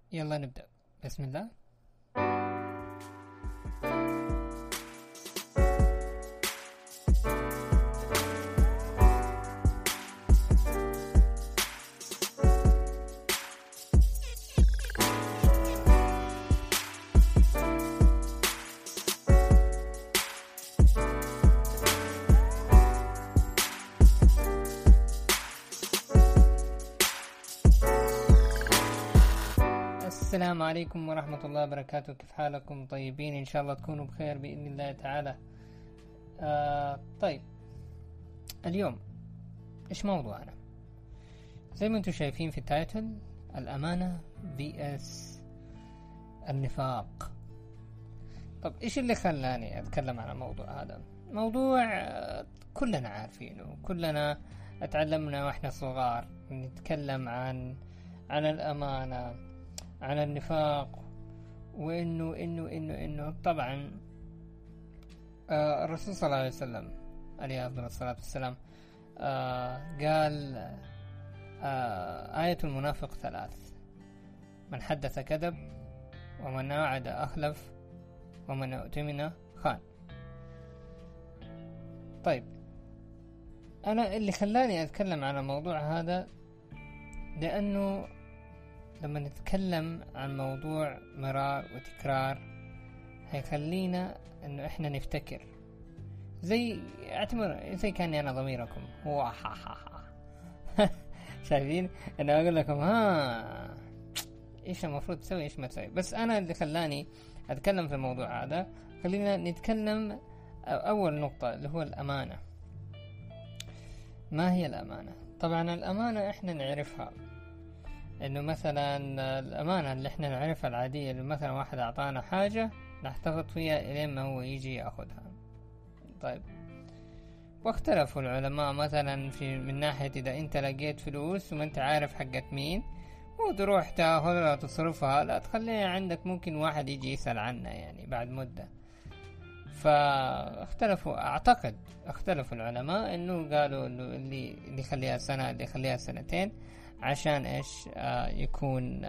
يلا نبدأ. بسم الله. السلام عليكم ورحمة الله وبركاته. كيف حالكم؟ طيبين إن شاء الله تكونوا بخير بإذن الله تعالى. طيب، اليوم إيش موضوعنا؟ زي ما انتم شايفين في التايتل، الأمانة vs النفاق. طب إيش اللي خلاني أتكلم عن الموضوع هذا؟ موضوع كلنا عارفينه، كلنا اتعلمنا وإحنا صغار نتكلم عن الأمانة، عن النفاق، وإنه إنه طبعا الرسول صلى الله عليه وسلم عليه أفضل الصلاة والسلام قال آية المنافق 3: من حدث كذب، ومن وعد أخلف، ومن اؤتمن خان. طيب، أنا اللي خلاني أتكلم عن الموضوع هذا لأنه لما نتكلم عن موضوع مرار وتكرار هيخلينا انه احنا نفتكر، زي اعتبر زي كاني انا ضميركم هو شايفين انا اقول لكم ايش المفروض تسوي ايش ما تسوي. بس انا اللي خلاني اتكلم في الموضوع هذا، خلينا نتكلم اول نقطة اللي هو الامانة. ما هي الامانة؟ طبعا الامانة احنا نعرفها، انه مثلا الامانة اللي احنا نعرفها العادية، اللي مثلا واحد اعطانا حاجة نحتفظ فيها الين ما هو يجي ياخذها. طيب، واختلفوا العلماء مثلا من ناحية اذا انت لقيت فلوس وما انت عارف حقت مين وتروح تاخذها تصرفها، لا تخليها عندك، ممكن واحد يجي يسأل عنها يعني بعد مدة. فاختلفوا، اعتقد اختلفوا العلماء انه قالوا انه اللي يخليها سنة، اللي يخليها سنتين، عشان ايش؟ يكون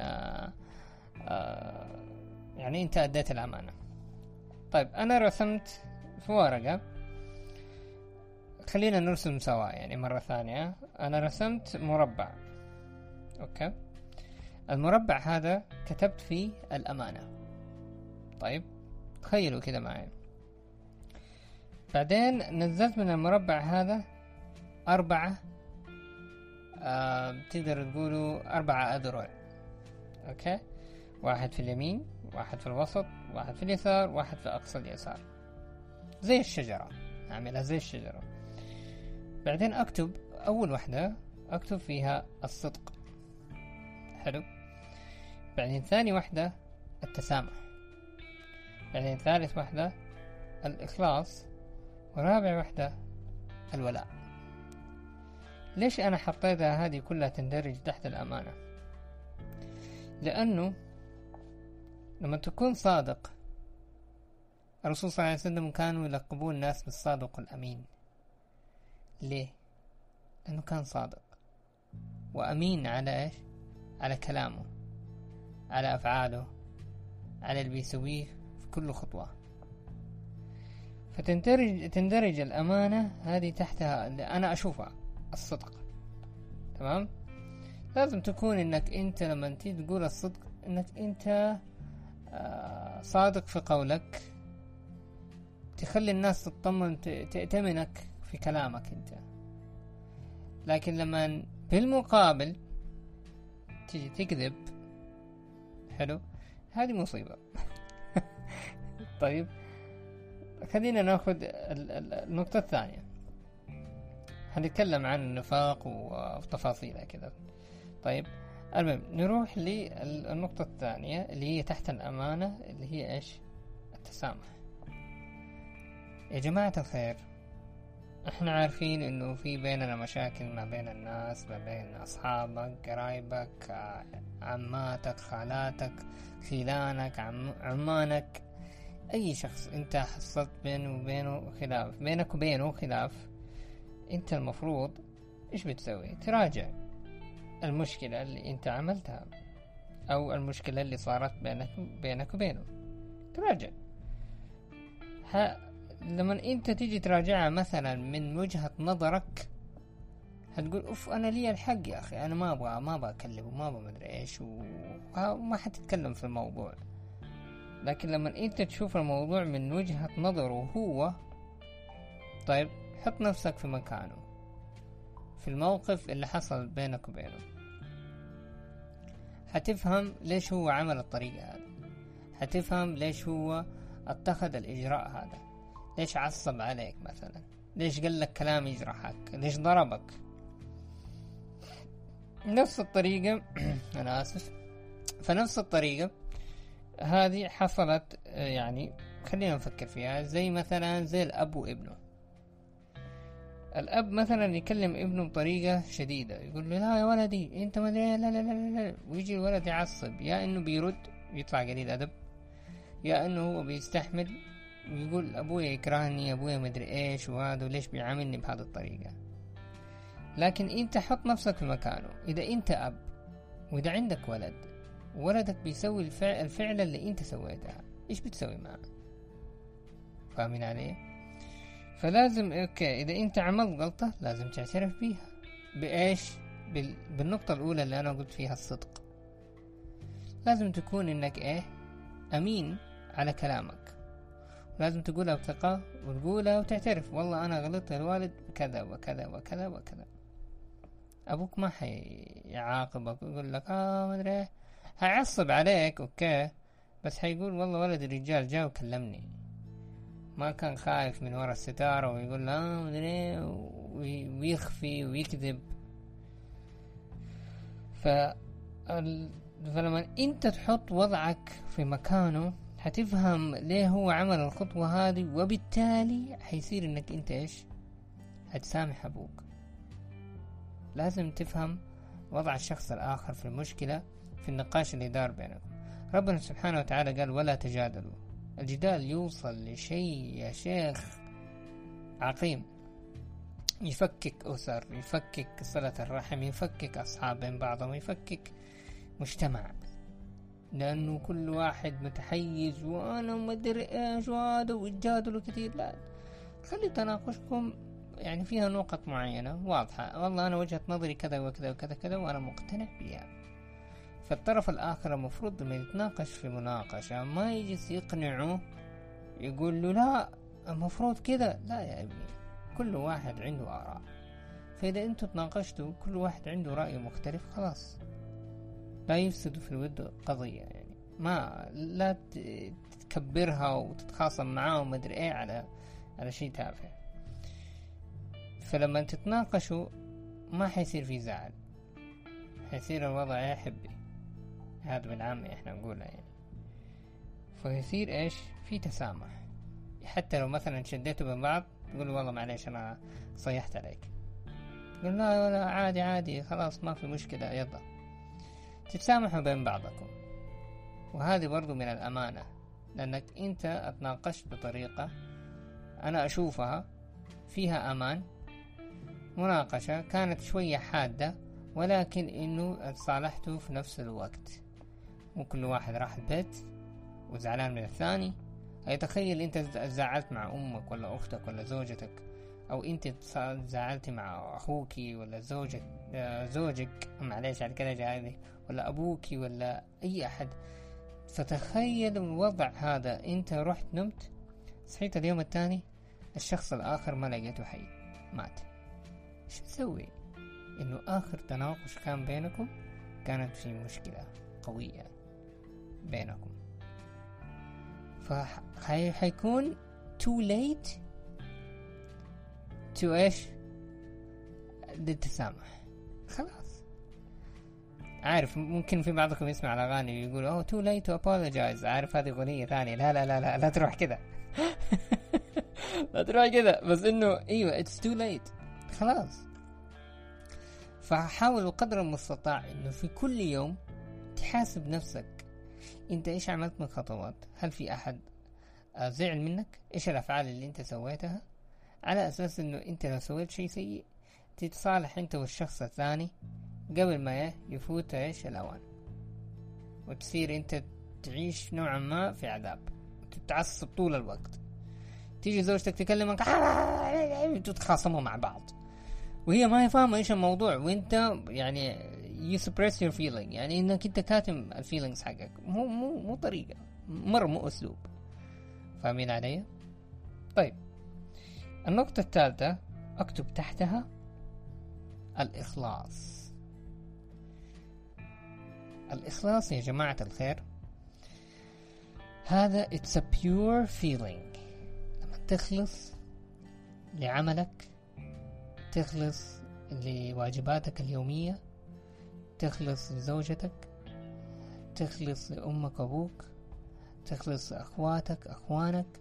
يعني انت اديت الامانة. طيب، انا رسمت في ورقة، خلينا نرسم سوا يعني مرة ثانية. انا رسمت مربع، اوكي؟ المربع هذا كتبت فيه الامانة. طيب، تخيلوا كده معي. بعدين نزلت من المربع هذا 4 تقدر تقولوا 4 أذرع، اوكي؟ واحد في اليمين، واحد في الوسط، واحد في اليسار، واحد في أقصى اليسار، زي الشجرة، أعملها زي الشجرة. بعدين أكتب أول واحدة، أكتب فيها الصدق، حلو. بعدين ثاني واحدة التسامح، بعدين ثالث واحدة الإخلاص، ورابع واحدة الولاء. ليش أنا حطيتها هذه كلها تندرج تحت الأمانة؟ لأنه لما تكون صادق، الرسول صلى الله عليه وسلم كانوا يلقبون الناس بالصادق الأمين. ليه؟ لأنه كان صادق وأمين على إيش؟ على كلامه، على أفعاله، على اللي بيسويه في كل خطوة. فتندرج الأمانة هذه تحتها اللي أنا أشوفها الصدق. تمام؟ لازم تكون انك انت لما تيجي تقول الصدق انك انت صادق في قولك، تخلي الناس تطمن، تأتمنك في كلامك انت. لكن لما بالمقابل تيجي تكذب، حلو، هذه مصيبة. طيب، خلينا ناخذ النقطة الثانية، هنتكلم عن النفاق وتفاصيله كذا. طيب، المهم نروح للنقطة الثانية اللي هي تحت الأمانة، اللي هي إيش؟ التسامح. يا جماعة الخير، احنا عارفين انه في بيننا مشاكل ما بين الناس، ما بين أصحابك، قرايبك، عماتك، خالاتك، خلانك، عمانك، أي شخص انت حصلت بينه خلاف، بينك وبينه خلاف. انت المفروض ايش بتسوي؟ تراجع المشكلة اللي انت عملتها، أو المشكلة اللي صارت بينك وبينه، تراجع. لما انت تيجي تراجعها مثلا من وجهة نظرك هتقول اوف انا لي الحق يا اخي، انا ما ابغى اكلمه، ما ابغى مدري ايش، وما حتتكلم في الموضوع. لكن لما انت تشوف الموضوع من وجهة نظره هو، طيب حط نفسك في مكانه، في الموقف اللي حصل بينك وبينه، هتفهم ليش هو عمل الطريقة هذه، هتفهم ليش هو اتخذ الإجراء هذا، ليش عصب عليك مثلا، ليش قال لك كلام يجرحك، ليش ضربك. نفس الطريقة أنا آسف، فنفس الطريقة هذه حصلت، يعني خلينا نفكر فيها زي مثلا زي الأب وابنه. الأب مثلا يكلم ابنه بطريقة شديدة، يقول له لا يا ولدي انت ما لا لا لا لا لا، ويجي الولد يعصب، يا انه بيرد يطلع قليل أدب، يا انه هو بيستحمل ويقول ابويا يكرهني، ابويا مدري ايش وهذا، وليش بيعاملني بهذه الطريقة. لكن انت حط نفسك في مكانه، اذا انت اب واذا عندك ولد وولدك بيسوي الفعل اللي انت سويتها، ايش بتسوي معه؟ فاهمين علي؟ فلازم اوكي، اذا انت عملت غلطة لازم تعترف بيها. بايش؟ بالنقطة الاولى اللي انا قلت فيها الصدق. لازم تكون انك ايه، امين على كلامك، لازم تقولها بثقة وتقولها وتعترف والله أنا غلطت الوالد كذا وكذا وكذا وكذا. أبوك ما حيعاقبك ويقول لك مدري، هيعصب عليك أوكي، بس حيقول والله ولد الرجال جاء وكلمني، ما كان خايف من وراء الستارة ويقول مدري ويخفي ويكذب. فلما أنت تحط وضعك في مكانه هتفهم ليه هو عمل الخطوة هذه، وبالتالي حيصير انك انت ايش، هتسامح ابوك. لازم تفهم وضع الشخص الاخر في المشكلة، في النقاش اللي دار بينكم. ربنا سبحانه وتعالى قال ولا تجادلوا. الجدال يوصل لشيء يا شيخ عقيم، يفكك أسر، يفكك صلة الرحم، يفكك أصحاب بين بعضهم، يفكك مجتمع، لأنه كل واحد متحيز وأنا مدري إيش وهذا ويتجادلوا كثير. لا، خلي تناقشكم يعني فيها نقط معينة واضحة، والله أنا وجهة نظري كذا وكذا وكذا كذا وأنا مقتنع بها. فالطرف الآخر المفروض لما يتناقش في مناقشة ما يجلس يقنعه يقول له لا المفروض كذا، لا يا ابني، كل واحد عنده آراء. فإذا أنتوا تناقشتوا كل واحد عنده رأي مختلف، خلاص لا يفسدوا في الود قضية، يعني لا تكبرها وتتخاصم معاه وما ادري ايه على شيء تافه. فلما تتناقشوا ما حيصير في زعل، حيصير الوضع يا حبي، هذا بالعامة احنا نقولها يعني. فيصير ايش، في تسامح. حتى لو مثلا شديتوا بين بعض تقول والله معليش انا صيحت عليك، تقول لا ولا عادي خلاص ما في مشكلة، يلا تتسامحوا بين بعضكم. وهذه برضو من الأمانة، لأنك أنت اتناقشت بطريقة أنا أشوفها فيها أمان. مناقشة كانت شوية حادة، ولكن إنه صالحته في نفس الوقت، مو كل واحد راح البيت وزعلان من الثاني. تخيل أنت زعلت مع أمك ولا أختك ولا زوجتك، أو أنت زعلت مع أخوك ولا زوجك معليش على كده جاهدي، ولا أبوك ولا أي أحد. فتخيل الوضع هذا، أنت رحت نمت صحيت اليوم الثاني الشخص الآخر ما لقيته حي، مات. إيش تسوي؟ إنه آخر تناقش كان بينكم كانت في مشكلة قوية بينكم، فحيكون too late to إيش للتسامح. خلاص، عارف ممكن في بعضكم يسمع الأغاني ويقول too late to apologize، عارف هذه أغنية ثانية، لا لا لا لا لا تروح كده لا تروح كده، بس إنه أيوة it's too late خلاص. فحاول بقدر المستطاع إنه في كل يوم تحاسب نفسك أنت إيش عملت من خطوات، هل في أحد زعل منك، إيش الأفعال اللي أنت سويتها، على أساس إنه أنت لو سويت شيء سيء تتصالح أنت والشخص الثاني قبل ما يفوت إيش الأوان. وتصير انت تعيش نوعا ما في عذاب، تتعصب طول الوقت، تيجي زوجتك تكلمك تتخاصموا مع بعض وهي ما فاهمة ايش الموضوع، وانت يعني you suppress your feeling، يعني انك انت كاتم الفيلينجز حقك. مو طريقة، مرة مو اسلوب. فاهمين علي؟ طيب النقطة الثالثة اكتب تحتها الإخلاص. الإخلاص يا جماعة الخير هذا it's a pure feeling. لما تخلص لعملك، تخلص لواجباتك اليومية، تخلص لزوجتك، تخلص لأمك وأبوك، تخلص لأخواتك أخوانك.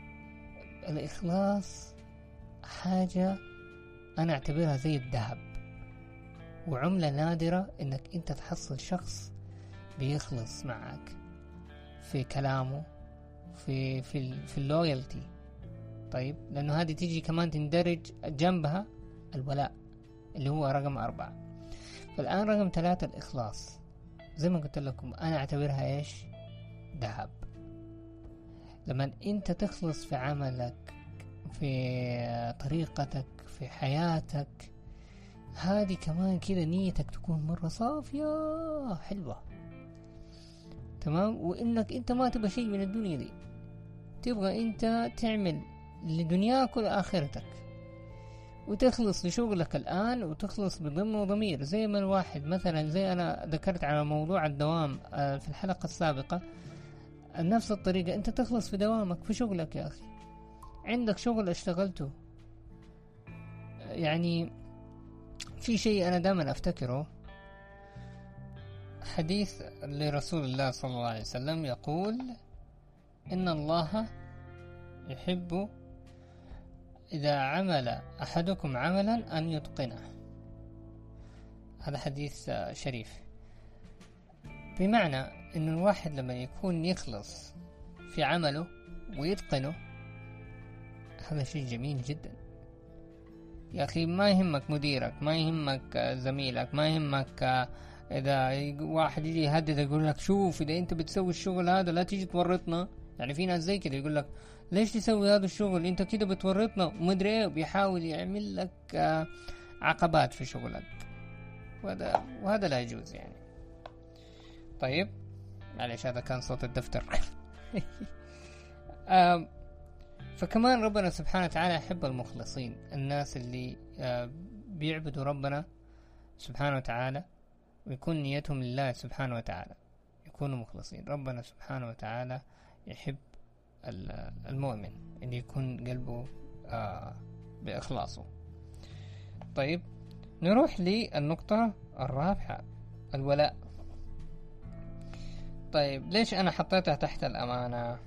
الإخلاص حاجة أنا أعتبرها زي الذهب، وعملة نادرة إنك أنت تحصل شخص بيخلص معك في كلامه، في اللويالتي. طيب لأنه هذه تيجي كمان تندرج جنبها الولاء اللي هو رقم 4. فالآن رقم 3 الإخلاص، زي ما قلت لكم أنا أعتبرها إيش؟ ذهب. لما أنت تخلص في عملك، في طريقتك، في حياتك، هذه كمان كده نيتك تكون مرة صافية حلوة، تمام. وإنك أنت ما تبغى شيء من الدنيا دي، تبغى أنت تعمل لدنياك وآخرتك، وتخلص لشغلك الآن، وتخلص بضمن وضمير. زي ما الواحد مثلا، زي أنا ذكرت على موضوع الدوام في الحلقة السابقة، نفس الطريقة أنت تخلص في دوامك، في شغلك يا أخي. عندك شغل اشتغلته، يعني في شيء أنا دائما أفتكره، حديث لرسول الله صلى الله عليه وسلم يقول إن الله يحب إذا عمل أحدكم عملا أن يتقنه. هذا حديث شريف، بمعنى إن الواحد لما يكون يخلص في عمله ويتقنه، هذا شيء جميل جدا يا أخي. ما يهمك مديرك، ما يهمك زميلك، ما يهمك إذا واحد يجي يهدد يقول لك شوف إذا أنت بتسوي الشغل هذا لا تيجي تورطنا. يعني في ناس زي كده يقول لك ليش تسوي هذا الشغل، أنت كده بتورطنا ومدري إيه، بيحاول يعمل لك عقبات في شغلك، وهذا لا يجوز يعني. طيب معلش هذا كان صوت الدفتر. فكمان ربنا سبحانه وتعالى يحب المخلصين، الناس اللي بيعبدوا ربنا سبحانه وتعالى ويكون نيتهم لله سبحانه وتعالى، يكونوا مخلصين. ربنا سبحانه وتعالى يحب المؤمن اللي يكون قلبه بإخلاصه. طيب نروح للنقطة الرابعة، الولاء. طيب ليش أنا حطيتها تحت الأمانة؟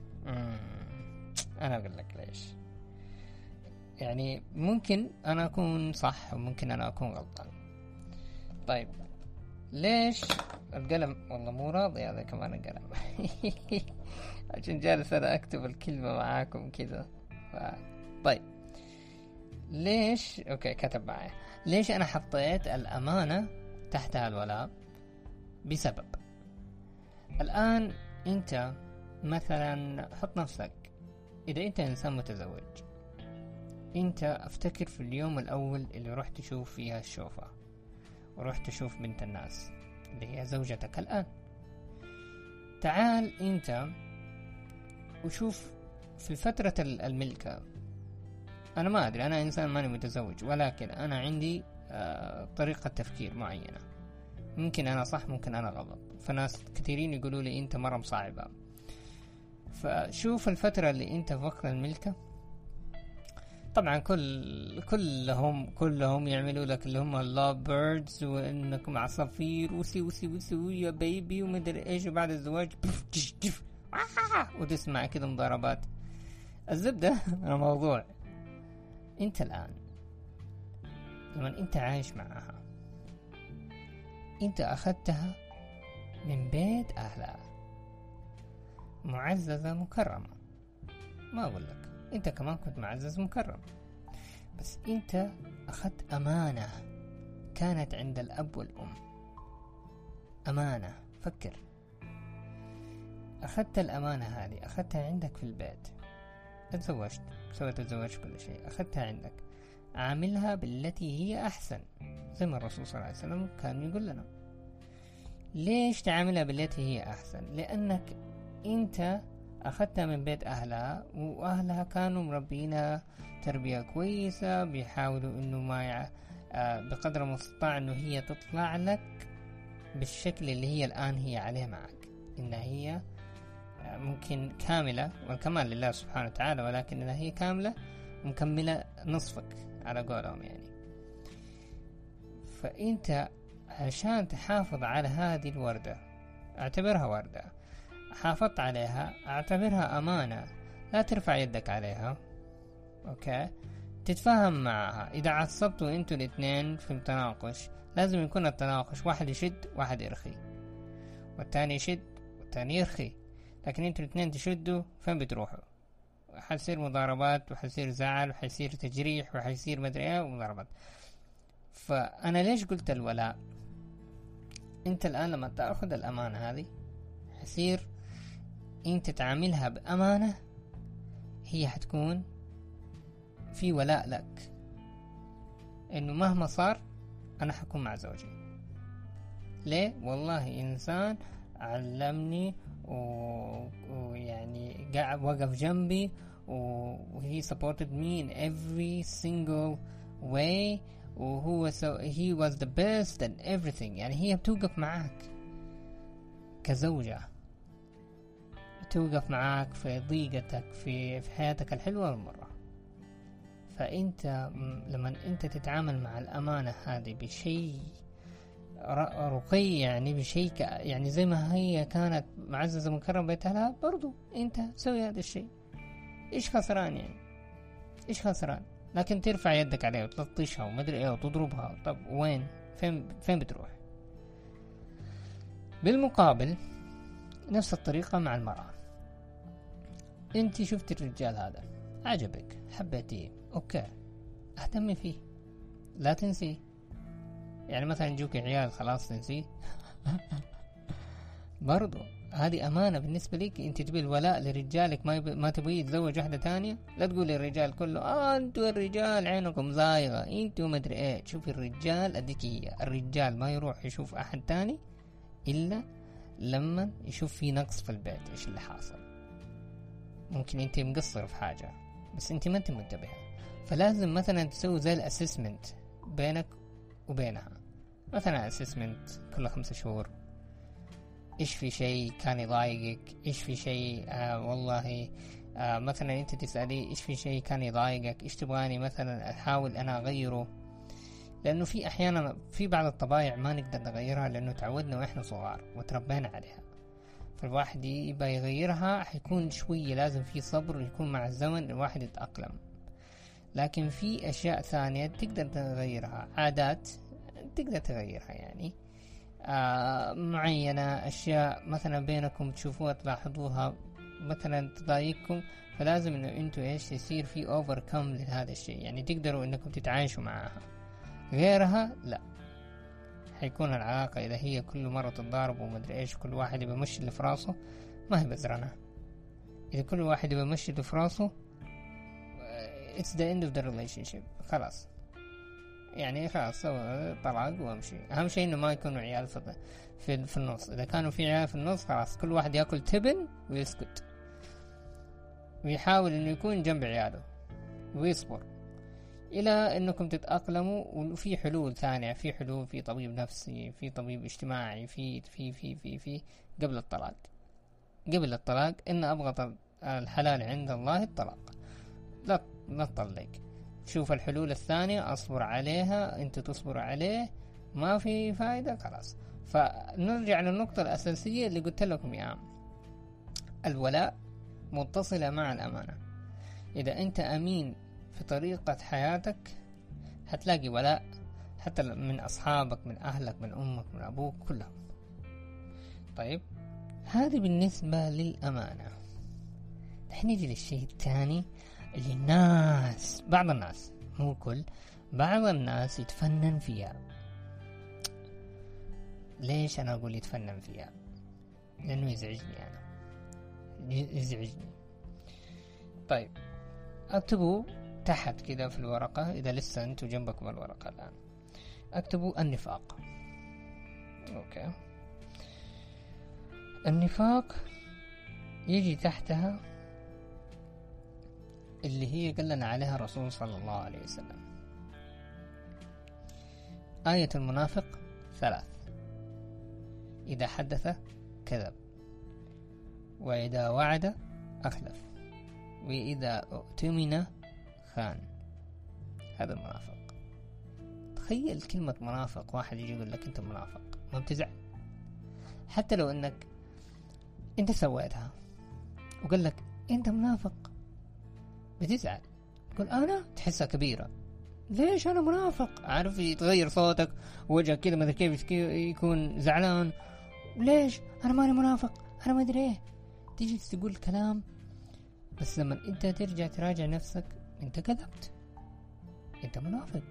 أنا أقول لك ليش. يعني ممكن أنا أكون صح وممكن أنا أكون غلطان. طيب ليش القلم والله مو راضي، هذا كمان القلم عشان جالس أنا أكتب الكلمة معاكم كذا. طيب ليش أوكي كتب معي ليش أنا حطيت الأمانة تحتها الولاء؟ بسبب الآن أنت مثلا حط نفسك، إذا أنت إنسان متزوج، أنت أفتكر في اليوم الأول اللي رحت تشوف فيها الشوفة ورحت تشوف بنت الناس اللي هي زوجتك الآن، تعال أنت وشوف في فترة الملكة. أنا ما أدري، أنا إنسان ماني متزوج، ولكن أنا عندي طريقة تفكير معينة، ممكن أنا صح ممكن أنا غلط، فناس كثيرين يقولوا لي أنت مرة مصعبة. فشوف الفترة اللي أنت في وقت الملكة، طبعا كلهم يعملوا لك اللي هم اللوف بيردز، وإنكم عصافير وسي يا بيبي ومدري إيش، وبعد الزواج وتسمع كده مضاربات. الزبدة الموضوع أنت الآن لما أنت عايش معها، أنت أخذتها من بيت أهلها معززة مكرمة، ما أقول لك أنت كمان كنت معزز مكرم، بس أنت أخذت أمانة كانت عند الأب والأم. أمانة، فكر أخذت الأمانة هذه، أخذتها عندك في البيت، تزوجت، تزوجت كل شيء، أخذتها عندك، عاملها بالتي هي أحسن، زي ما الرسول صلى الله عليه وسلم كان يقول لنا. ليش تعاملها بالتي هي أحسن؟ لأنك أنت أخذتها من بيت أهلها، وأهلها كانوا مربينها تربية كويسة، بيحاولوا إنه ما بقدر المستطاع إنه هي تطلع لك بالشكل اللي هي الآن هي عليه معك، إنها هي ممكن كاملة، والكمال لله سبحانه وتعالى، ولكن إنها هي كاملة ومكملة نصفك على قولهم يعني. فأنت عشان تحافظ على هذه الوردة، اعتبرها وردة، حافظت عليها، اعتبرها أمانة، لا ترفع يدك عليها، أوكي؟ تتفاهم معها. إذا عصبتوا أنتوا الاثنين في التناقش، لازم يكون التناقش واحد يشد واحد يرخي، والتاني يشد والتاني يرخي. لكن انتوا الاثنين تشدوا، فين بتروحوا؟ حيصير مضاربات، وحيصير زعل، وحيصير تجريح، وحيصير مدري ايه ومضاربات. فأنا ليش قلت الولاء؟ انت الآن لما تأخذ الأمانة هذه، حيصير انت تعاملها بأمانة، هي حتكون في ولاء لك، انه مهما صار انا حكون مع زوجي. ليه؟ والله انسان علمني ويعني قاعد وقف جنبي، he supported me in every single way، وهو he was the best and everything. يعني هي بتوقف معاك كزوجة، بتوقف معاك في ضيقتك، في حياتك الحلوة والمرة. فأنت لما أنت تتعامل مع الأمانة هذه بشيء رقي، يعني بشيء يعني زي ما هي كانت معززة مكرمة بيت أهلها، برضو أنت سوي هذا الشيء. إيش خسران يعني؟ إيش خسران؟ لكن ترفع يدك عليها وتلطشها ومدري إيه وتضربها، طب وين؟ فين بتروح؟ بالمقابل نفس الطريقة مع المرأة. أنت شفت الرجال هذا عجبك، حبيتيه، أوكي، اهتمي فيه، لا تنسيه. يعني مثلا جوك عيال خلاص تنسيه برضو هذه أمانة بالنسبة لك. انت تبي الولاء لرجالك، ما تبي يتزوج واحدة تانية. لا تقولي الرجال كله انتوا الرجال عينكم زايغة، انتوا مدري ايه. شوفي الرجال اديك هي، الرجال ما يروح يشوف احد تاني الا لما يشوف في نقص في البيت. ايش اللي حاصل؟ ممكن انت مقصر في حاجة بس انت ما انت منتبهة، فلازم مثلا تسوي زي الاسسمنت بينك وبينها. مثلا اسسمنت كل 5 شهور، ايش في شيء كان يضايقك، ايش في شيء والله مثلا انت تسألي ايش في شيء كان يضايقك، ايش تبغاني مثلا احاول انا اغيره. لانه في احيانا في بعض الطبايع ما نقدر نغيرها لانه تعودنا واحنا صغار وتربينا عليها، فالواحد يبقى يغيرها حيكون شوية لازم في صبر ويكون مع الزمن الواحد يتأقلم. لكن في اشياء ثانية تقدر تغيرها، عادات تقدر تغيرها يعني معينة، أشياء مثلا بينكم تشوفوها تلاحظوها مثلا تضايقكم، فلازم إنه أنتوا إيش يصير في overcome لهذا الشيء، يعني تقدروا إنكم تتعايشوا معها. غيرها لا، حيكون العلاقة إذا هي كل مرة تتضارب ومدري إيش، كل واحد يبمشي اللي في راسه، ما هي بزرنا. إذا كل واحد يبمشي اللي في راسه it's the end of the relationship، خلاص يعني خلاص طلاق وامشي. اهم شيء انه ما يكونوا عيال في النص. اذا كانوا في عيال في النص خلاص كل واحد ياكل تبن ويسكت، ويحاول انه يكون جنب عياله ويصبر الى انكم تتأقلموا. وفي حلول ثانية، في حلول، في طبيب نفسي، في طبيب اجتماعي، في قبل الطلاق. قبل الطلاق ان ابغض الحلال عند الله الطلاق، لا تطلق. شوف الحلول الثانية، أصبر عليها، أنت تصبر عليه، ما في فائدة خلاص. فنرجع للنقطة الأساسية اللي قلت لكم إياها، الولاء متصلة مع الأمانة. إذا أنت أمين في طريقة حياتك هتلاقي ولاء حتى من أصحابك، من أهلك، من أمك، من أبوك، كلهم. طيب هذه بالنسبة للأمانة. نيجي للشيء الثاني اللي بعض الناس، مو كل، بعض الناس يتفنن فيها. ليش أنا أقول يتفنن فيها؟ لأنه يزعجني أنا. يزعجني. طيب اكتبوا تحت كده في الورقة، إذا لسه أنتوا جنبكم الورقة الآن، اكتبوا النفاق. أوكي، النفاق يجي تحتها اللي هي قلنا عليها الرسول صلى الله عليه وسلم. آية المنافق 3: إذا حدث كذب، وإذا وعد أخلف، وإذا اؤتمن خان. هذا المنافق. تخيل كلمة منافق، واحد يجي يقول لك أنت منافق، ما بتزعل؟ حتى لو أنك أنت سويتها وقال لك أنت منافق، بتزعل، تقول أنا، تحسها كبيرة. ليش أنا منافق؟ عارف، يتغير صوتك ووجهك كذا، مثل كيف يكون زعلان. ليش أنا ماني منافق؟ أنا ما أدري إيه. تيجي تقول كلام، بس لما أنت ترجع تراجع نفسك، أنت كذبت، أنت منافق.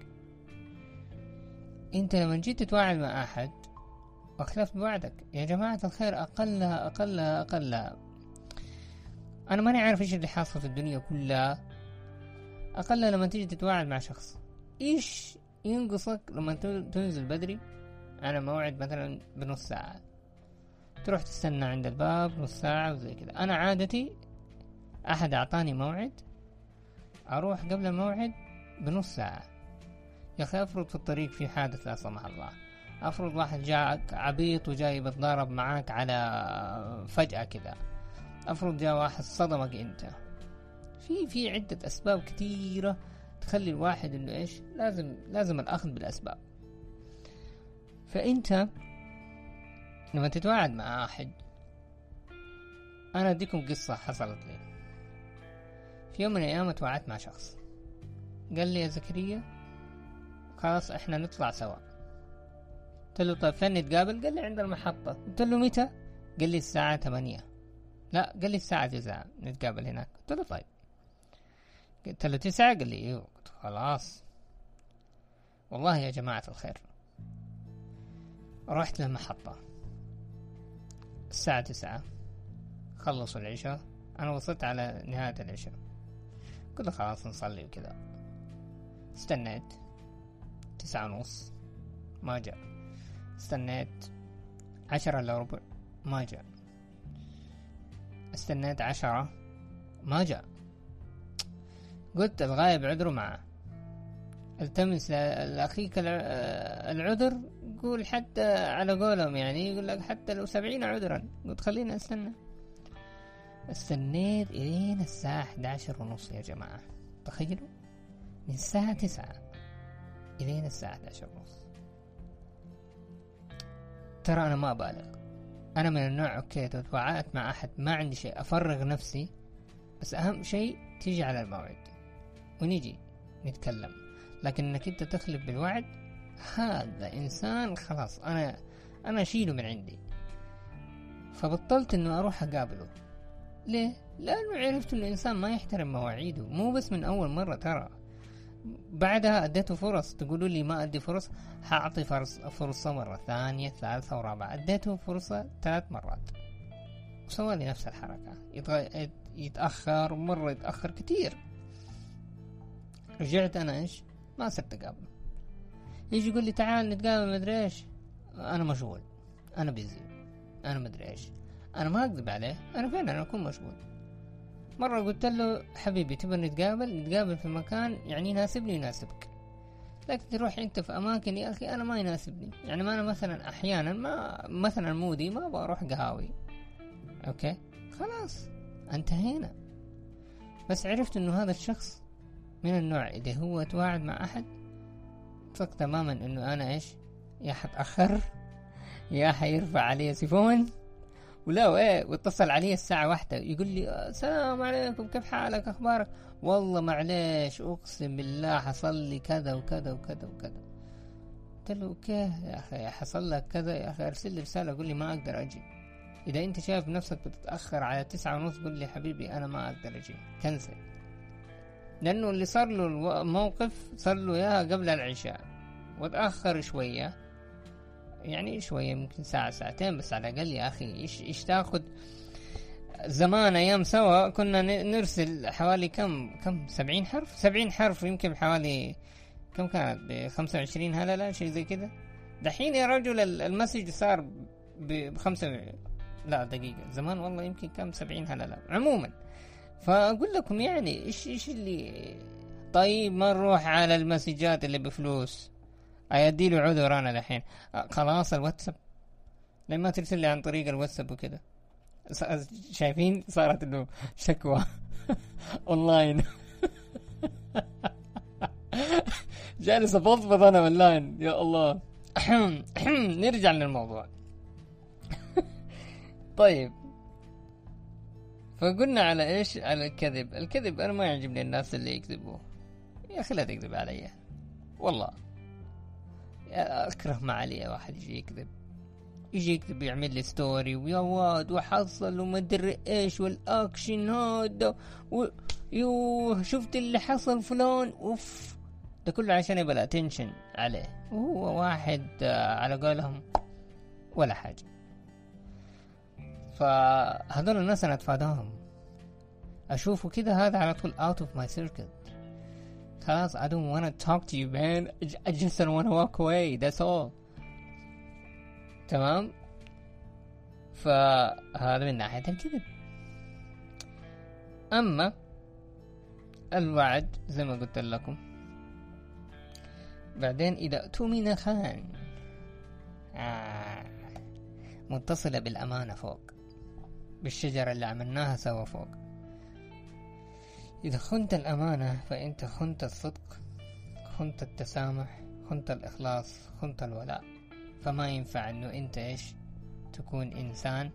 أنت لما جيت تتواعد مع أحد واختلفت بوعدك، يا جماعة الخير، أقلها أنا ماني عارف إيش اللي حاصل في الدنيا كلها. أقلها لما تيجي تتواعد مع شخص، إيش ينقصك لما تنزل بدري على موعد مثلا بنص ساعة، تروح تستنى عند الباب نص ساعة وزي كذا. أنا عادتي أحد أعطاني موعد، أروح قبل الموعد بنص ساعة. يا أخي أفرض في الطريق في حادث لا سمح الله، أفرض واحد جاءك عبيط وجاي بتضارب معاك على فجأة كذا، أفرض جاء واحد صدمك أنت، في عدة أسباب كثيرة تخلي الواحد إنه إيش، لازم الأخذ بالأسباب. فأنت لما تتواعد مع أحد، أنا أديكم قصة حصلت لي. في يوم من الأيام تواعدت مع شخص، قال لي يا زكريا خلاص إحنا نطلع سوا. قلت له طيب فين نتقابل؟ قال لي عند المحطة. قلت له متى؟ قال لي الساعة 8. لا، قال لي الساعة 9 نتقابل هناك. قلت له طيب. قلت له 9؟ قال لي ايوه. قلت خلاص. والله يا جماعة الخير، رحت للمحطة الساعة 9، خلصوا العشاء، أنا وصلت على نهاية العشاء، قلت خلاص نصلي وكذا. استنيت 9:30 ما جاء، استنيت 10:15 ما جاء، استنيت 10 ما جاء. قلت الغايب عذره معه، التمس لأخيك العذر. قول حتى على قولهم يعني، يقول لك حتى لو 70 عذرا. قلت خلينا استنى. استنيت إلين الساعة 11:30 يا جماعة، تخيلوا، من الساعة 9 إلين الساعة 11:30. ترى أنا ما بالغ، أنا من النوع أوكي تتواعدت مع أحد ما عندي شيء، أفرغ نفسي، بس أهم شيء تيجي على الموعد ونيجي نتكلم. لكن إنك أنت تخلف بالوعد، هذا إنسان خلاص أنا أشيله من عندي. فبطلت إنه أروح أقابله. ليه؟ لأنه عرفت إنه إنسان ما يحترم مواعيده، مو بس من أول مرة، ترى بعدها أديته فرص. تقولوا لي ما أدي فرص، هأعطي فرصة مرة ثانية ثالثة ورابعة. أديته فرصة 3 مرات وسوالي نفس الحركة، يتأخر مرة، يتأخر كتير. رجعت أنا إيش، ما صرت أقابله. يجي يقول لي تعال نتقابل مدري إيش، أنا مشغول، أنا بيزي، أنا مدري إيش. أنا ما أكذب عليه، أنا فين، أنا أكون مشغول. مرة قلت له حبيبي تبغى نتقابل في مكان يعني يناسبني يناسبك، لكن تروح انت في اماكن يا اخي انا ما يناسبني. يعني ما انا مثلا احيانا ما مثلا مودي ما بروح قهاوي، اوكي خلاص انتهينا. بس عرفت انه هذا الشخص من النوع اذا هو تواعد مع احد ثق تماما انه انا ايش، يا حتأخر يا حيرفع علي سيفون ولا واتصل علي الساعة 1 يقول لي السلام عليكم كيف حالك اخبارك، والله معليش اقسم بالله حصل لي كذا وكذا وكذا وكذا. قلت له اوكي يا اخي حصل لك كذا، يا اخي ارسل لي رسالة قول لي ما اقدر اجي. اذا انت شايف نفسك بتتأخر على 9:30 قول لي حبيبي انا ما اقدر اجي، كنسل. لانه اللي صار له الموقف صار له اياها قبل العشاء وتأخر شوية، يعني شوية ممكن ساعة ساعتين، بس على الأقل يا أخي إيش تأخذ زمان أيام سوا كنا نرسل حوالي كم 70 حرف يمكن حوالي كم كانت 25 هللة شيء زي كده. دحين يا رجل المسج صار بخمسة، لا دقيقة، زمان والله يمكن كم 70 هللة عموما. فأقول لكم يعني إيش اللي، طيب ما نروح على المسجات اللي بفلوس، أيديله عذر أنا دحين خلاص الواتساب، لما ترسل لي عن طريق الواتساب وكده. شايفين صارت انه شكوى اونلاين. جالس افضفض انا اونلاين يا الله. نرجع للموضوع. طيب فقلنا على ايش؟ على الكذب. الكذب انا ما يعجبني الناس اللي يكذبوا، يا اخي لا تكذب علي والله، اكره ما علي واحد يجي يكتب يعمل لي ستوري ويا واد وحصل وما ادري ايش والاكشن هذا يو شفت اللي حصل فلان اوف، ده كله عشان يبقى الاتنشن عليه، وهو واحد على قولهم ولا حاجة. فهذول الناس انا اتفاداهم، اشوفه كده هذا على طول out of my circle. خلاص I don't wanna talk to you man, I just don't wanna walk away, that's all. تمام. فهذا من ناحية الكذب. أما الوعد زي ما قلت لكم، بعدين إذا اؤتمن خان، متصلة بالأمانة فوق، بالشجرة اللي عملناها سوا فوق. إذا خنت الأمانة فأنت خنت الصدق، خنت التسامح، خنت الإخلاص، خنت الولاء. فما ينفع انه انت ايش تكون انسان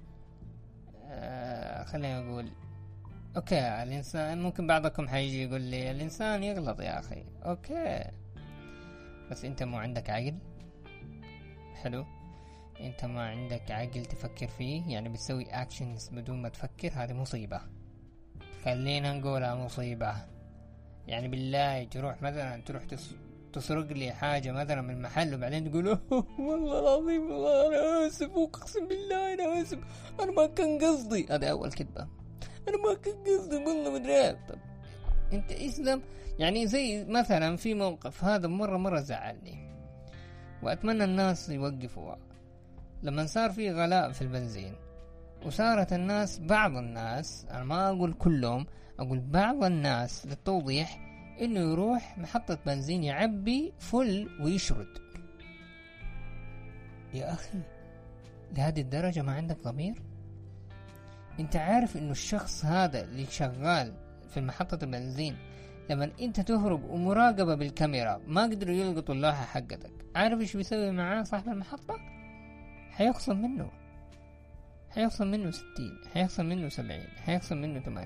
خلينا نقول اوكي الانسان، ممكن بعضكم حيجي يقول لي الانسان يغلط يا اخي، اوكي بس انت مو عندك عقل حلو، انت ما عندك عقل تفكر فيه، يعني بتسوي اكشنز بدون ما تفكر، هذه مصيبة، خلينا نقولها مصيبة. يعني بالله تروح مثلا تسرق لي حاجة مثلا من محل وبعدين تقول والله العظيم والله أنا آسف، أقسم بالله أنا آسف، أنا ما كان قصدي، هذا أول كذبة، أنا ما كان قصدي والله مدري. طب أنت إسلام يعني زي مثلا في موقف هذا مرة زعلني، وأتمنى الناس يوقفوا. لما صار في غلاء في البنزين وصارت الناس، بعض الناس، أنا ما أقول كلهم، أقول بعض الناس للتوضيح، انه يروح محطة بنزين يعبي فل ويشرد. يا اخي لهذه الدرجة ما عندك ضمير؟ انت عارف انه الشخص هذا اللي شغال في محطة البنزين لما انت تهرب ومراقبة بالكاميرا ما قدروا يلقطوا اللوحة حقتك، عارف ايش بيسوي معاه صاحب المحطة؟ حيخصم منه 60، حيخصم منه 70، حيخصم منه 80.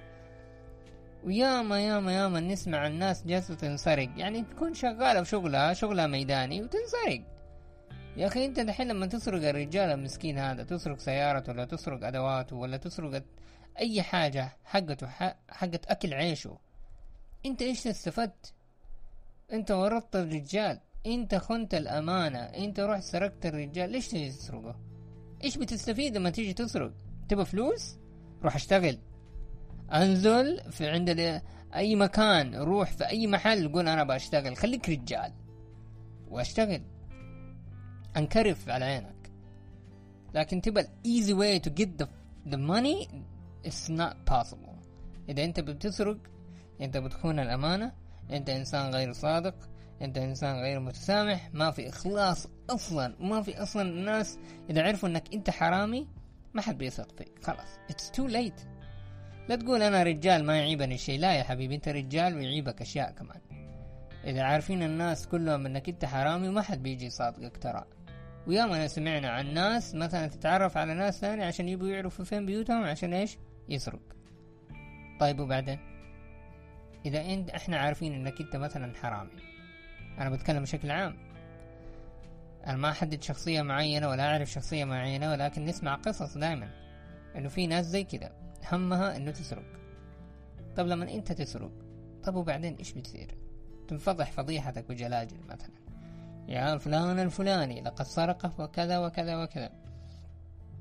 وياما نسمع الناس جالسة تنسرق، يعني تكون شغالة في شغلها ميداني وتنسرق. يا أخي أنت دحين لما تسرق الرجال المسكين هذا، تسرق سيارته ولا تسرق أدواته ولا تسرق أي حاجة حقته حقت أكل عيشه، أنت إيش تستفدت؟ أنت ورطت الرجال، أنت خنت الأمانة، أنت رحت سرقت الرجال، ليش تيجي تسرقه؟ إيش بتستفيد لما تيجي تسرق؟ تبغى فلوس؟ روح اشتغل، انزل في عند اي مكان، روح في اي محل قول انا بشتغل، خليك رجال واشتغل، انكرف على عينك. لكن تبقى easy way to get the money it's not possible. اذا انت بتسرق، انت بتخون الامانة، انت انسان غير صادق، انت انسان غير متسامح، ما في اخلاص اصلا، ما في اصلا. الناس اذا عرفوا انك انت حرامي ما حد بيثق فيك، خلاص it's too late. لا تقول أنا رجال ما يعيبني شيء، لا يا حبيبي أنت رجال ويعيبك أشياء كمان. إذا عارفين الناس كلهم أنك أنت حرامي ما حد بيجي يصادقك ترى. وياما سمعنا عن ناس مثلا تتعرف على ناس ثاني عشان يبقوا يعرفوا فين بيوتهم عشان إيش؟ يسرق. طيب وبعدين إذا إحنا عارفين أنك أنت مثلا حرامي، أنا بتكلم بشكل عام، أنا ما أحدد شخصية معينة ولا أعرف شخصية معينة، ولكن نسمع قصص دائما إنه في ناس زي كده همها انه تسرق. طب لما انت تسرق، طب وبعدين ايش بتصير؟ تنفضح فضيحتك وجلاجل مثلا، يا فلان الفلاني لقد سرق وكذا وكذا وكذا.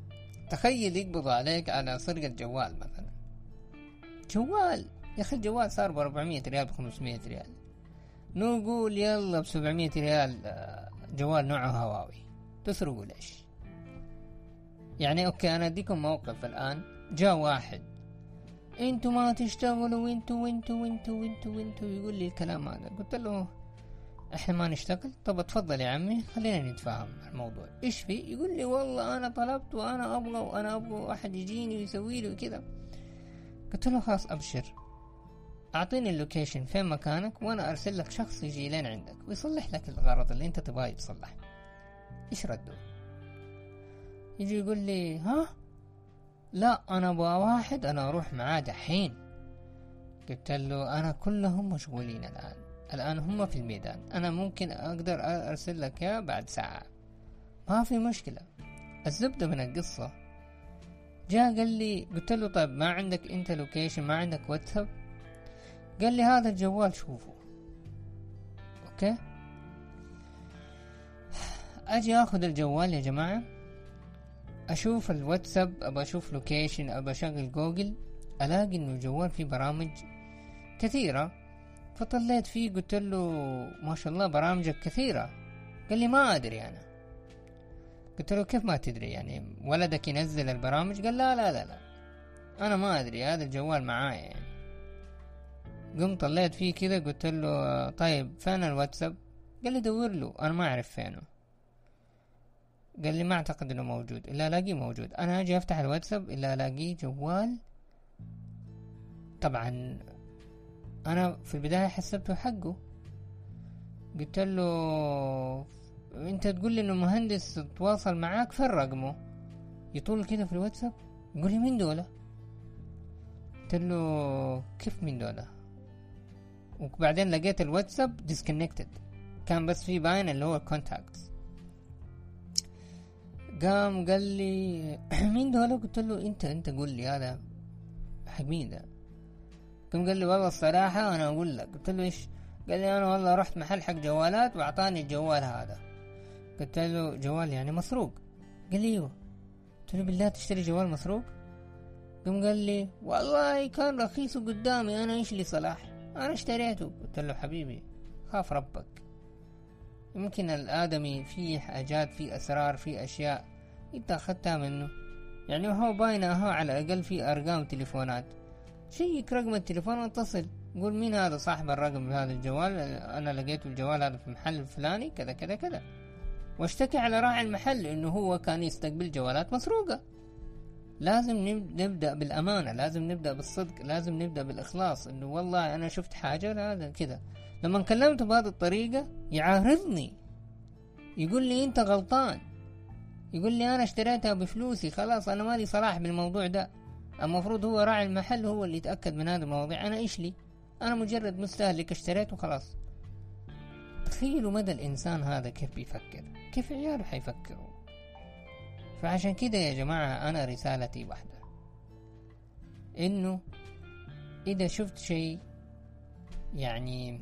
تخيل يقبض عليك على سرقة جوال مثلا، جوال يا أخي الجوال صار ب400 ريال ب500 ريال، نقول يلا ب700 ريال جوال نوعه هواوي، تسرقوا ليش؟ يعني اوكي انا اديكم موقف الان، جاء واحد انتوا ما تشتغلوا وانتوا يقول لي الكلام هذا، قلت له احنا ما نشتغل؟ طب اتفضل يا عمي خلينا نتفاهم الموضوع، ايش في؟ يقول لي والله انا طلبت وانا ابغى احد يجيني ويسوي لي وكذا. قلت له خلاص ابشر، اعطيني اللوكيشن فين مكانك وانا ارسل لك شخص يجي لين عندك ويصلح لك الغرض اللي انت تبغاه يتصلح. ايش ردوا؟ يجي يقول لي ها لا انا ابغى واحد انا اروح معاه دحين. قلت له انا كلهم مشغولين الان هم في الميدان، انا ممكن اقدر ارسل لك اياه بعد ساعة، ما في مشكلة. الزبدة من القصة جاء قال لي، قلت له طيب ما عندك انت لوكيشن، ما عندك واتساب؟ قال لي هذا الجوال شوفه. اوكي اجي اخذ الجوال يا جماعة، اشوف الواتساب، ابى اشوف لوكيشن، ابى اشغل جوجل، الاقي انه الجوال فيه برامج كثيرة. فطلعت فيه قلت له ما شاء الله برامجك كثيرة. قال لي ما ادري انا. قلت له كيف ما تدري؟ يعني ولدك ينزل البرامج؟ قال لا لا لا لا انا ما ادري، هذا الجوال معايا يعني. قمت طلعت فيه كذا، قلت له طيب فين الواتساب؟ قال لي دور له، انا ما اعرف فينه. قال لي ما اعتقد انه موجود، الا الاقيه موجود. انا اجي افتح الواتساب الا الاقيه جوال. طبعا انا في البداية حسبته حقه، قلت له انت تقول لي انه مهندس تواصل معاك، فين رقمه؟ يطول كده في الواتساب. يقول لي مين دولة؟ قلت له كيف مين دولة؟ وبعدين لقيت الواتساب disconnected، كان بس في باين اللي هو contacts. قام قال لي مين دولة؟ قلت له انت قول لي هذا حق مين ده؟ قام قال لي والله الصراحة انا اقول لك. قلت له ايش؟ قال لي انا والله رحت محل حق جوالات واعطاني الجوال هذا. قلت له جوال يعني مسروق؟ قال لي ايوه. قلت له بالله تشتري جوال مسروق؟ قام قال لي والله كان رخيص قدامي، انا ايش لي صلاح، انا اشتريته. قلت له حبيبي خاف ربك، يمكن الآدمي فيه حاجات، فيه أسرار، فيه أشياء أنت أخذتها منه، يعني هو باينة هو على الأقل فيه أرقام تليفونات، شيك رقم التليفون واتصل، قول مين هذا صاحب الرقم بهذا الجوال، أنا لقيت الجوال هذا في محل الفلاني كذا كذا كذا، واشتكي على راعي المحل إنه هو كان يستقبل جوالات مسروقة. لازم نبدأ بالأمانة، لازم نبدأ بالصدق، لازم نبدأ بالإخلاص، إنه والله أنا شفت حاجة هذا كذا. لما كلمته بهذه الطريقة يعارضني، يقول لي أنت غلطان، يقول لي أنا اشتريتها بفلوسي، خلاص أنا مالي صلاح بالموضوع ده، المفروض هو راعي المحل هو اللي يتأكد من هذا المواضيع، أنا إيش لي؟ أنا مجرد مستهلك اشتريته خلاص. تخيلوا مدى الإنسان هذا كيف بيفكر، كيف عياله حيفكروا. فعشان كده يا جماعة أنا رسالتي واحدة، إنه إذا شفت شيء يعني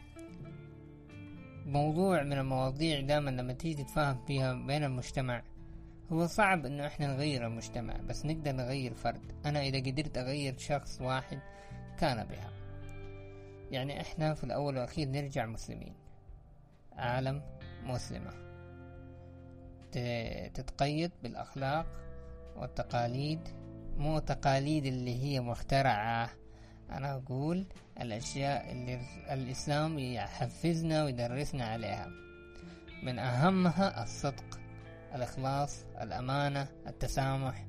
موضوع من المواضيع دائما لما تيجي تتفاهم فيها بين المجتمع، هو صعب إنه إحنا نغير المجتمع بس نقدر نغير فرد. أنا إذا قدرت أغير شخص واحد كان بها. يعني إحنا في الأول والأخير نرجع مسلمين، عالم مسلمة تتقيد بالأخلاق والتقاليد، مو تقاليد اللي هي مخترعة. أنا أقول الأشياء اللي الإسلام يحفزنا ويدرسنا عليها، من أهمها الصدق، الإخلاص، الأمانة، التسامح،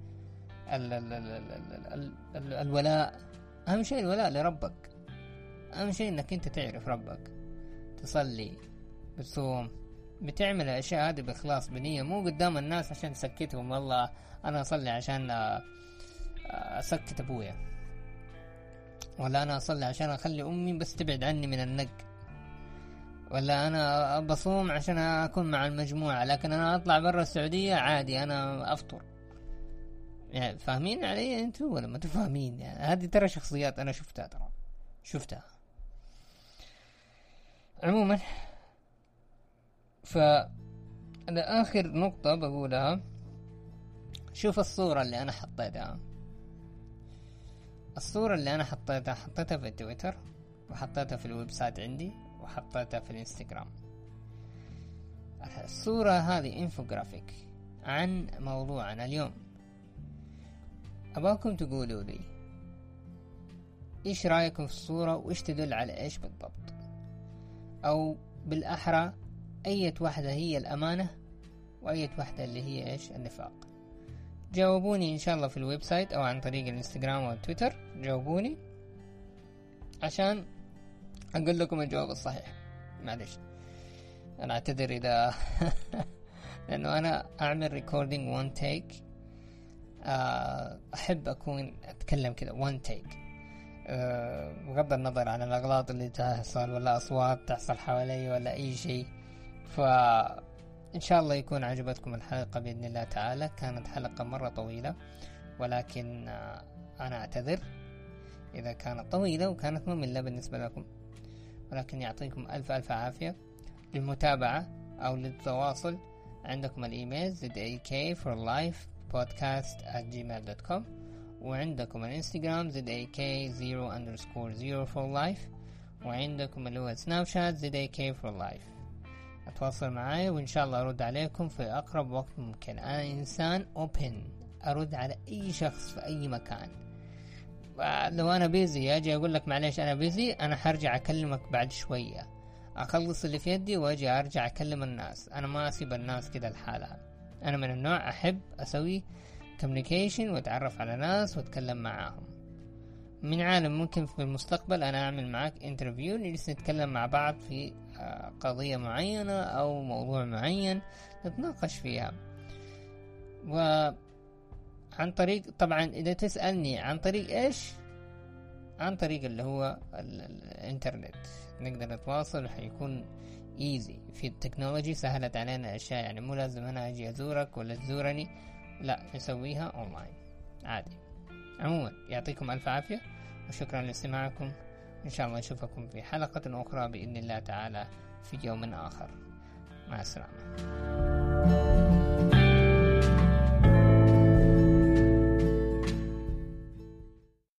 الولاء. أهم شيء الولاء لربك، أهم شيء أنك أنت تعرف ربك، تصلي، بتصوم، بتعمل الأشياء هذه بإخلاص، بنية، مو قدام الناس عشان تسكتهم، والله أنا أصلي عشان أسكت أبويا، ولا أنا أصلي عشان أخلي أمي بس تبعد عني من النق، ولا أنا بصوم عشان أكون مع المجموعة لكن أنا أطلع برا السعودية عادي أنا أفطر. يعني فاهمين علي أنتوا ولا ما تفهمين؟ يعني هذه ترى شخصيات أنا شفتها عموما. فأنا آخر نقطة بقولها شوف الصورة اللي أنا حطيتها، الصورة اللي أنا حطيتها في تويتر، وحطيتها في الويب سايت عندي، وحطيتها في الانستغرام. الصورة هذه انفوجرافيك عن موضوعنا اليوم. أباكم تقولوا لي إيش رأيكم في الصورة، وإيش تدل على إيش بالضبط، أو بالأحرى أية واحدة هي الأمانة وأية واحدة اللي هي إيش النفاق. جاوبوني إن شاء الله في الويب سايت أو عن طريق الانستغرام والتويتر، جاوبوني عشان أقول لكم الجواب الصحيح. معلش أنا أعتذر إذا لأنه أنا أعمل ريكوردينج وان تيك، أحب أكون أتكلم كده وان تيك، بغض النظر عن الأغلاط اللي تحصل ولا أصوات تحصل حوالي ولا أي شيء. فإن شاء الله يكون عجبتكم الحلقة بإذن الله تعالى. كانت حلقة مرة طويلة، ولكن أنا أعتذر إذا كانت طويلة وكانت مملة بالنسبة لكم، ولكن يعطيكم ألف عافية. للمتابعة أو للتواصل عندكم الإيميل ZAK4LifePodcast@gmail.com، وعندكم الانستغرام ZAK0_0for_life، وعندكم اللي هو سناب شات ZAK4Life. أتواصل معاي وإن شاء الله أرد عليكم في أقرب وقت ممكن. أنا إنسان أوبن، أرد على أي شخص في أي مكان. لو أنا بيزي أجي أقول لك معليش أنا بيزي، أنا حرجع أكلمك بعد شوية، أخلص اللي في يدي وأجي أرجع أكلم الناس. أنا ما أسيب الناس كده لحالها. أنا من النوع أحب أسوي communication وأتعرف على ناس وأتكلم معاهم. من عالم ممكن في المستقبل أنا أعمل معاك انترفيو، نجلس نتكلم مع بعض في قضية معينة أو موضوع معين نتناقش فيها. وعن طريق طبعا إذا تسألني عن طريق إيش، عن طريق اللي هو الانترنت نقدر نتواصل، حيكون ايزي. في التكنولوجي سهلت علينا اشياء، يعني مو لازم انا اجي ازورك ولا تزورني، لا نسويها اونلاين عادي. عموما يعطيكم الف عافية وشكرا لاستماعكم. ان شاء الله نشوفكم في حلقة اخرى باذن الله تعالى في يوم اخر. مع السلامة.